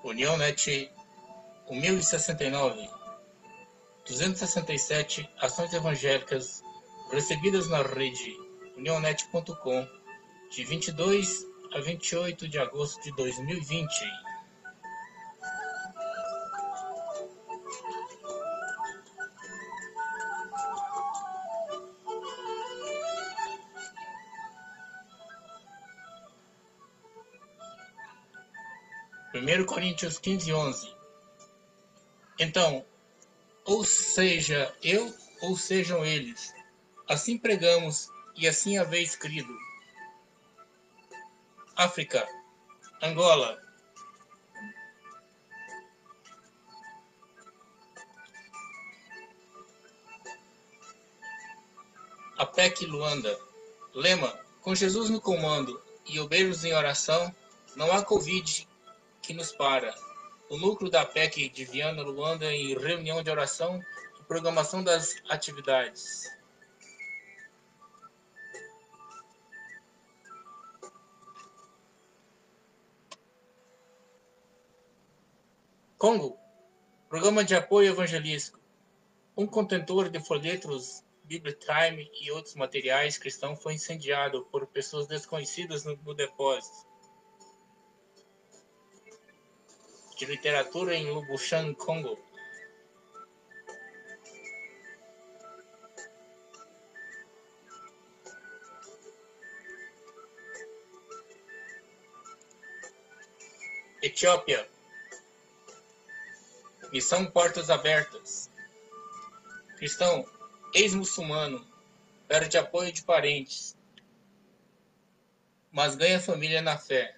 União Net 1069, 267 ações evangélicas recebidas na rede unionet.com de 22 a 28 de agosto de 2020. Primeiro Coríntios 15:11. Então, ou seja eu, ou sejam eles, assim pregamos e assim haveis crido. África, Angola, APEC Luanda. Lema: com Jesus no comando e obreiros em oração, não há Covid que nos para. O núcleo da APEC de Viana, Luanda, em reunião de oração e programação das atividades. Congo, programa de apoio evangelístico. Um contentor de folhetos, Bibliotime e outros materiais cristãos foi incendiado por pessoas desconhecidas no depósito de literatura em Lubushan, Congo. Etiópia, missão Portas Abertas. Cristão, ex-muçulmano, perde apoio de parentes, mas ganha família na fé.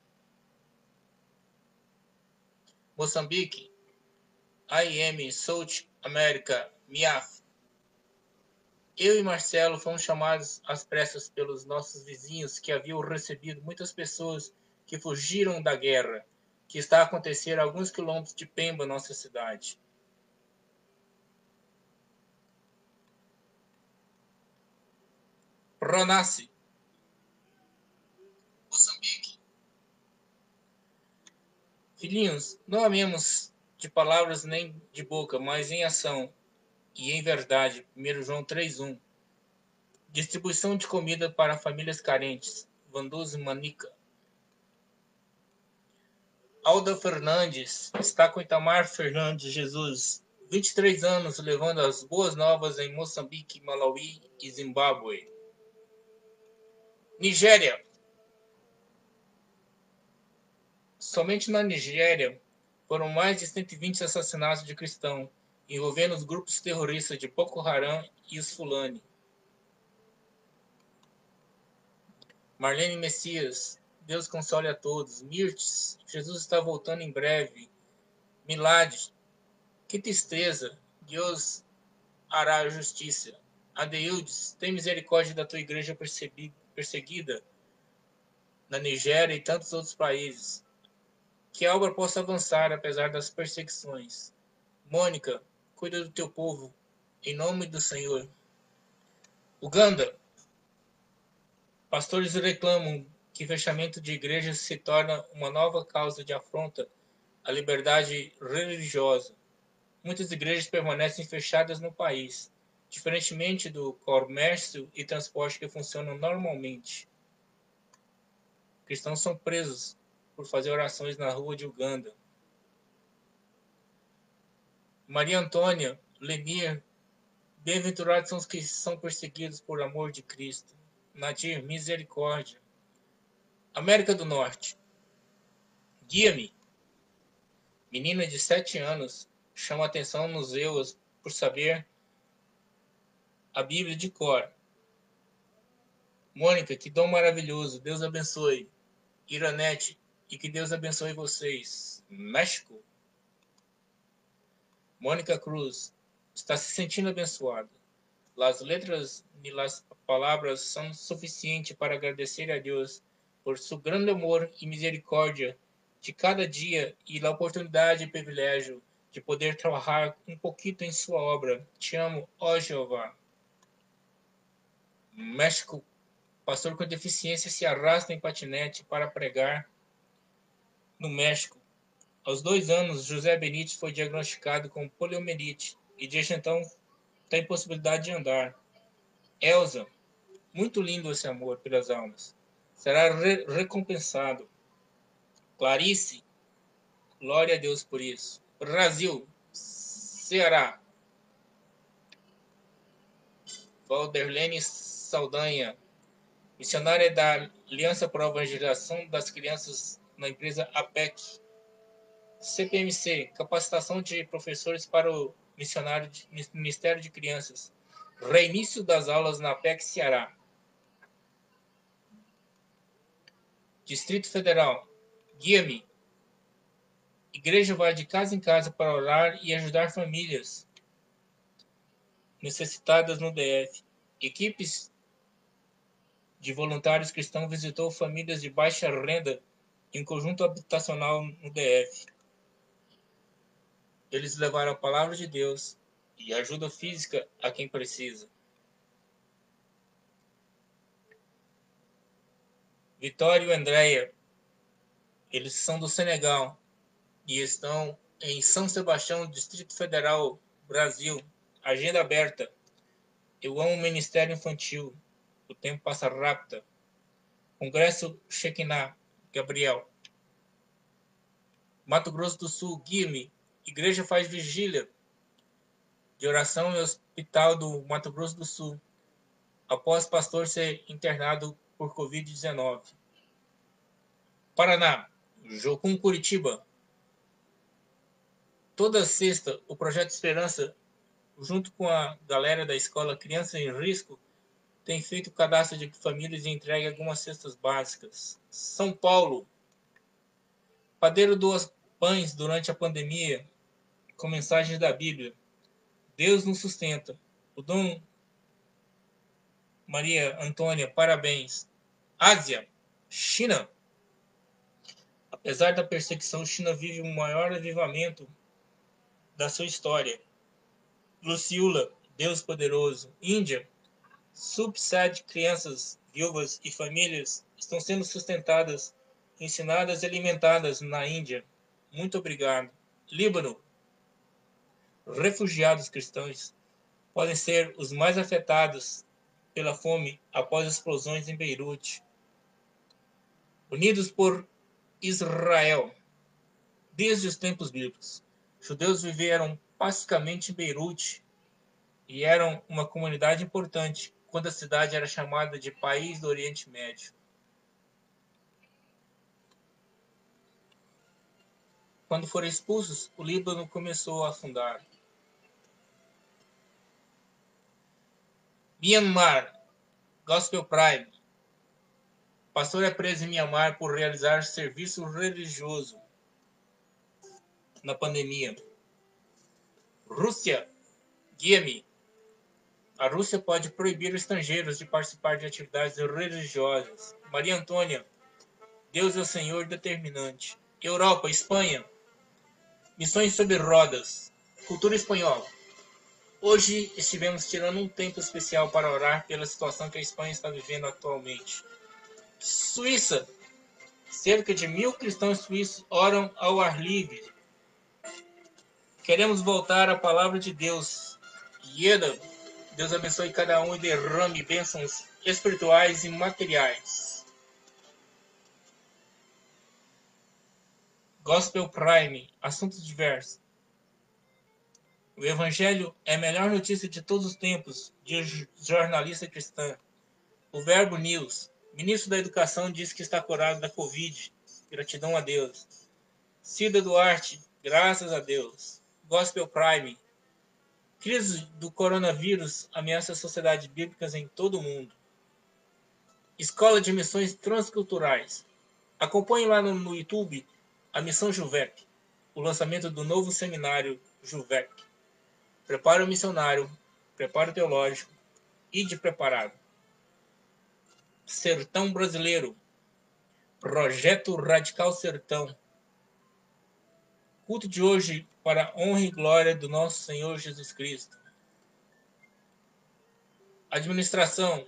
Moçambique, IM South America, MIAF. Eu e Marcelo fomos chamados às pressas pelos nossos vizinhos que haviam recebido muitas pessoas que fugiram da guerra, que está a acontecer a alguns quilômetros de Pemba, nossa cidade. Pronace, Moçambique. Filhinhos, não amemos de palavras nem de boca, mas em ação e em verdade. 1 João 3:1. Distribuição de comida para famílias carentes. Vanduzi Manica. Alda Fernandes está com Itamar Fernandes Jesus, 23 anos, levando as boas novas em Moçambique, Malawi e Zimbábue. Nigéria. Somente na Nigéria foram mais de 120 assassinatos de cristãos, envolvendo os grupos terroristas de Boko Haram e os Fulani. Marlene Messias, Deus console a todos. Mirtes, Jesus está voltando em breve. Milad, que tristeza, Deus hará a justiça. Adeildes, tem misericórdia da tua igreja perseguida na Nigéria e tantos outros países. Que a obra possa avançar apesar das perseguições. Mônica, cuida do teu povo, em nome do Senhor. Uganda, pastores reclamam que fechamento de igrejas se torna uma nova causa de afronta à liberdade religiosa. Muitas igrejas permanecem fechadas no país, diferentemente do comércio e transporte que funcionam normalmente. Cristãos são presos por fazer orações na rua de Uganda. Maria Antônia, Lenir, bem-aventurados são os que são perseguidos por amor de Cristo. Nadir, misericórdia. América do Norte. Guia-me. Menina de 7 anos chama atenção nos EUAs por saber a Bíblia de cor. Mônica, que dom maravilhoso. Deus abençoe. Iranete, e que Deus abençoe vocês. México. Mônica Cruz, está se sentindo abençoada. As letras e as palavras são suficientes para agradecer a Deus por seu grande amor e misericórdia de cada dia e a oportunidade e privilégio de poder trabalhar um pouquinho em sua obra. Te amo, ó Jeová. México, pastor com deficiência se arrasta em patinete para pregar no México. Aos 2 anos, José Benítez foi diagnosticado com poliomielite e desde então tem possibilidade de andar. Elsa, muito lindo esse amor pelas almas. Será recompensado. Clarice, glória a Deus por isso. Brasil, Ceará. Valderlene Saldanha, missionária da Aliança para a Evangelização das Crianças na empresa APEC. CPMC, capacitação de professores para o Ministério de Crianças. Reinício das aulas na APEC Ceará. Distrito Federal, guia-me. Igreja vai de casa em casa para orar e ajudar famílias necessitadas no DF. Equipes de voluntários cristãos visitou famílias de baixa renda em conjunto habitacional no DF. Eles levaram a palavra de Deus e ajuda física a quem precisa. Vitório e Andréia, eles são do Senegal e estão em São Sebastião, Distrito Federal, Brasil. Agenda aberta. Eu amo o Ministério Infantil. O tempo passa rápido. Congresso Shekinah, Gabriel. Mato Grosso do Sul, guia-me. Igreja faz vigília de oração em hospital do Mato Grosso do Sul, após pastor ser internado por Covid-19. Paraná, Jocum, Curitiba. Toda sexta, o Projeto Esperança, junto com a galera da escola Criança em Risco, tem feito o cadastro de famílias e entregue algumas cestas básicas. São Paulo, padeiro doa pães durante a pandemia, com mensagens da Bíblia. Deus nos sustenta. O Dom Maria Antônia, parabéns. Ásia, China. Apesar da perseguição, China vive o maior avivamento da sua história. Luciula, Deus poderoso. Índia, subsede crianças, viúvas e famílias estão sendo sustentadas, ensinadas e alimentadas na Índia. Muito obrigado. Líbano, refugiados cristãos podem ser os mais afetados pela fome após explosões em Beirute. Unidos por Israel. Desde os tempos bíblicos, judeus viveram pacificamente em Beirute e eram uma comunidade importante quando a cidade era chamada de País do Oriente Médio. Quando foram expulsos, o Líbano começou a afundar. Myanmar, Gospel Prime. Pastor é preso em Myanmar por realizar serviço religioso na pandemia. Rússia, guia-me. A Rússia pode proibir estrangeiros de participar de atividades religiosas. Maria Antônia, Deus é o Senhor determinante. Europa, Espanha, missões sobre rodas. Cultura espanhola. Hoje estivemos tirando um tempo especial para orar pela situação que a Espanha está vivendo atualmente. Suíça, cerca de 1.000 cristãos suíços oram ao ar livre. Queremos voltar à palavra de Deus. Ieda, Deus abençoe cada um e derrame bênçãos espirituais e materiais. Gospel Prime, assuntos diversos. O Evangelho é a melhor notícia de todos os tempos, diz jornalista cristã. O Verbo News, ministro da Educação diz que está curado da Covid. Gratidão a Deus. Cida Duarte, graças a Deus. Gospel Prime, crise do coronavírus ameaça as sociedades bíblicas em todo o mundo. Escola de Missões Transculturais. Acompanhe lá no YouTube a Missão Juvec, o lançamento do novo seminário Juvec. Preparo missionário, preparo teológico, ide preparado. Sertão Brasileiro, Projeto Radical Sertão. Culto de hoje para a honra e glória do nosso Senhor Jesus Cristo. Administração.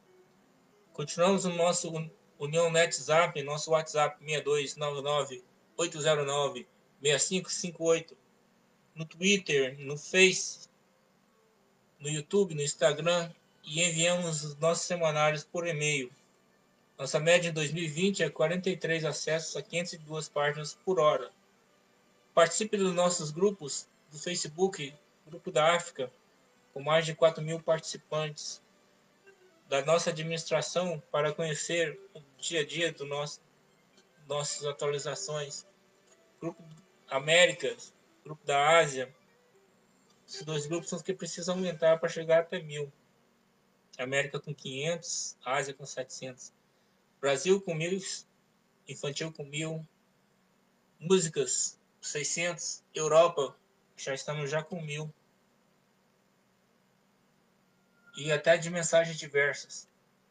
Continuamos no nosso União Net Zap, nosso WhatsApp 6299 809-6558, no Twitter, no Face, no YouTube, no Instagram, e enviamos os nossos semanários por e-mail. Nossa média em 2020 é 43 acessos a 502 páginas por hora. Participe dos nossos grupos do Facebook, Grupo da África, com mais de 4.000 participantes, da nossa administração, para conhecer o dia a dia do nossas atualizações. Grupo Américas, Grupo da Ásia. Esses dois grupos são os que precisam aumentar para chegar até 1.000. América com 500, Ásia com 700. Brasil com 1.000, infantil com 1.000. Músicas 600. Europa, já estamos já com 1.000. E até de mensagens diversas.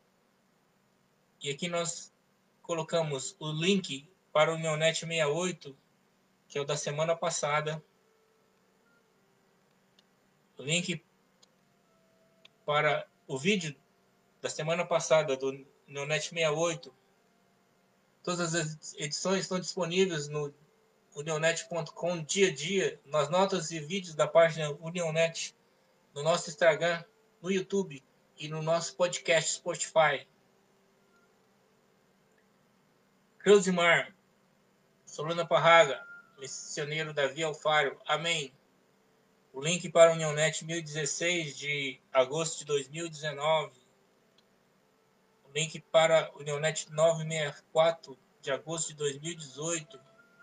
E aqui nós colocamos o link para o Neonet 68, que é o da semana passada. O link para o vídeo da semana passada do Neonet 68. Todas as edições estão disponíveis no unionet.com dia a dia, nas notas e vídeos da página Unionet, no nosso Instagram, no YouTube e no nosso podcast Spotify. Creusimar, Solana Parraga, missioneiro Davi Alfaro, amém. O link para o Unionet 1016 de agosto de 2019. O link para o Unionet 964 de agosto de 2018.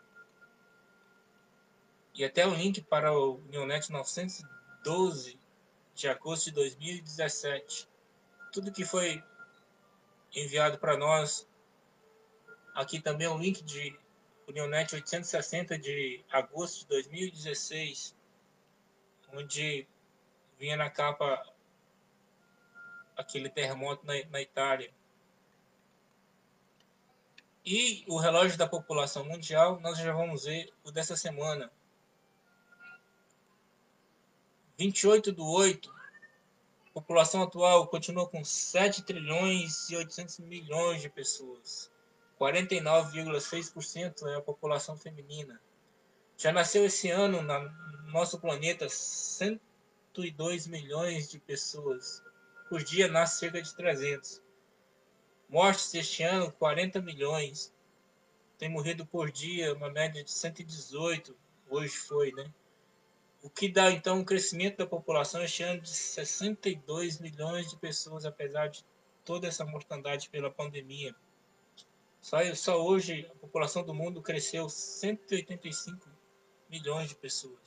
E até o link para o Unionet 912 de agosto de 2017. Tudo que foi enviado para nós. Aqui também o link de Unionet 860 de agosto de 2016, onde vinha na capa aquele terremoto na Itália. E o relógio da população mundial, nós já vamos ver o dessa semana. 28/8, população atual continua com 7 trilhões e 800 milhões de pessoas. 49,6% é a população feminina. Já nasceu esse ano no nosso planeta 102 milhões de pessoas. Por dia nasce cerca de 300. Mortes este ano, 40 milhões. Tem morrido por dia uma média de 118, hoje foi, né? O que dá então um crescimento da população este ano de 62 milhões de pessoas, apesar de toda essa mortandade pela pandemia. Só hoje a população do mundo cresceu 185 milhões de pessoas.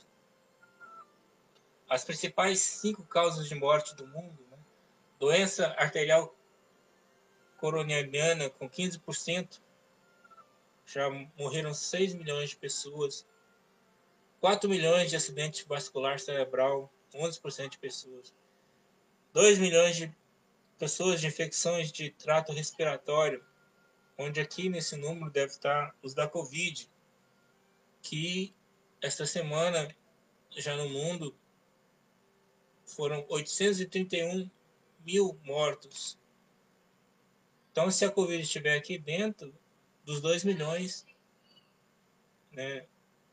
As principais 5 causas de morte do mundo, né? Doença arterial coronariana com 15%, já morreram 6 milhões de pessoas. 4 milhões de acidente vascular cerebral, 11% de pessoas. 2 milhões de pessoas de infecções de trato respiratório, onde aqui nesse número deve estar os da Covid, que esta semana, já no mundo, foram 831 mil mortos. Então, se a Covid estiver aqui dentro dos 2 milhões, né,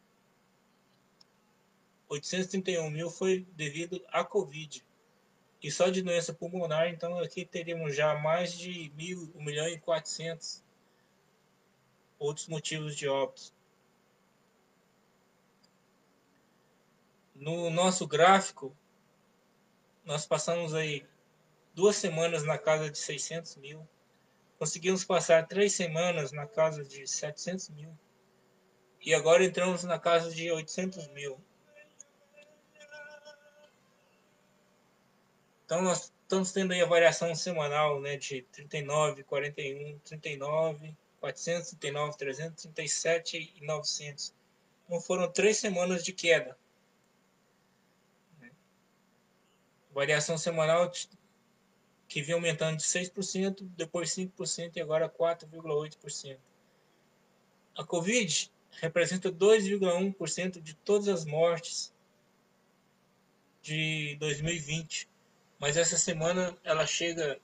831 mil foi devido à Covid. E só de doença pulmonar, então aqui teríamos já mais de 1 milhão e 400 outros motivos de óbito. No nosso gráfico, nós passamos aí 2 semanas na casa de 600 mil. Conseguimos passar 3 semanas na casa de 700 mil. E agora entramos na casa de 800 mil. Então nós estamos tendo aí a variação semanal, né, de 39, 41, 39, 439, 337 e 900. Então foram 3 semanas de queda. Variação semanal que vinha aumentando de 6%, depois 5% e agora 4,8%. A Covid representa 2,1% de todas as mortes de 2020, mas essa semana ela chega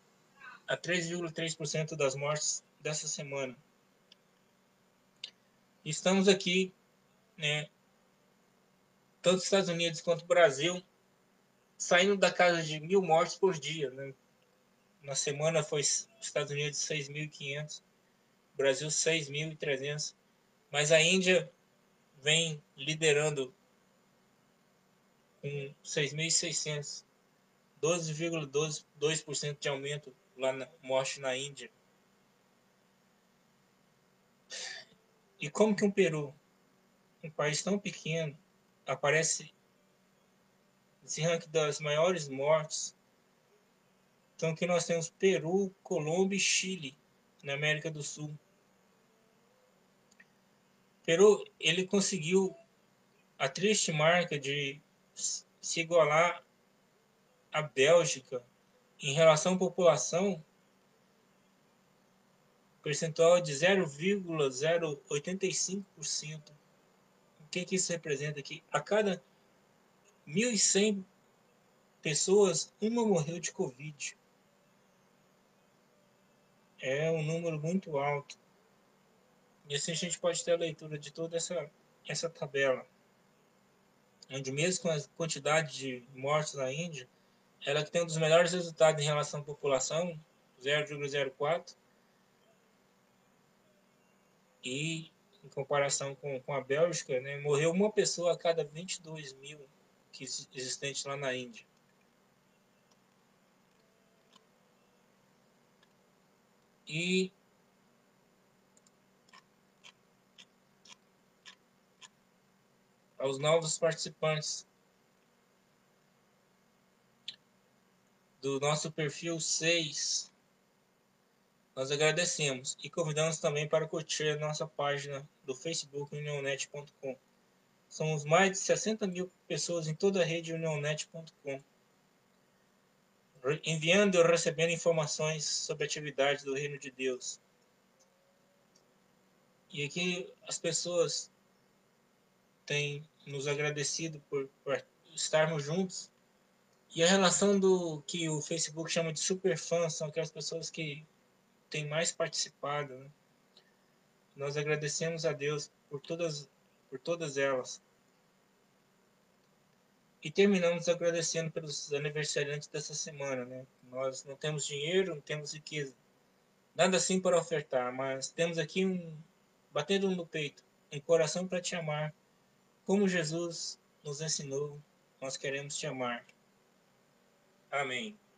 a 3,3% das mortes dessa semana. Estamos aqui, né, tanto os Estados Unidos quanto o Brasil, saindo da casa de 1.000 mortes por dia, né? Na semana foi Estados Unidos 6.500, Brasil 6.300, mas a Índia vem liderando com 6.600, 12,2% de aumento lá na morte na Índia. E como que um Peru, um país tão pequeno, aparece nesse ranking das maiores mortes? Então aqui nós temos Peru, Colômbia e Chile na América do Sul. Peru, ele conseguiu a triste marca de se igualar à Bélgica em relação à população, percentual de 0,085%. O que isso representa aqui? A cada 1.100 pessoas, uma morreu de Covid. É um número muito alto. E assim a gente pode ter a leitura de toda essa tabela, onde mesmo com a quantidade de mortes na Índia, ela que tem um dos melhores resultados em relação à população, 0,04, e em comparação com a Bélgica, né, morreu uma pessoa a cada 22 mil que existentes lá na Índia. E aos novos participantes do nosso perfil 6, nós agradecemos e convidamos também para curtir a nossa página do Facebook unionet.com. Somos mais de 60 mil pessoas em toda a rede unionet.com, enviando e recebendo informações sobre atividades do Reino de Deus. E aqui as pessoas têm nos agradecido por estarmos juntos. E a relação do que o Facebook chama de superfãs são aquelas pessoas que têm mais participado, né? Nós agradecemos a Deus por todas elas. E terminamos agradecendo pelos aniversariantes dessa semana, né? Nós não temos dinheiro, não temos riqueza, nada assim para ofertar, mas temos aqui batendo no peito, um coração para te amar, como Jesus nos ensinou, nós queremos te amar. Amém.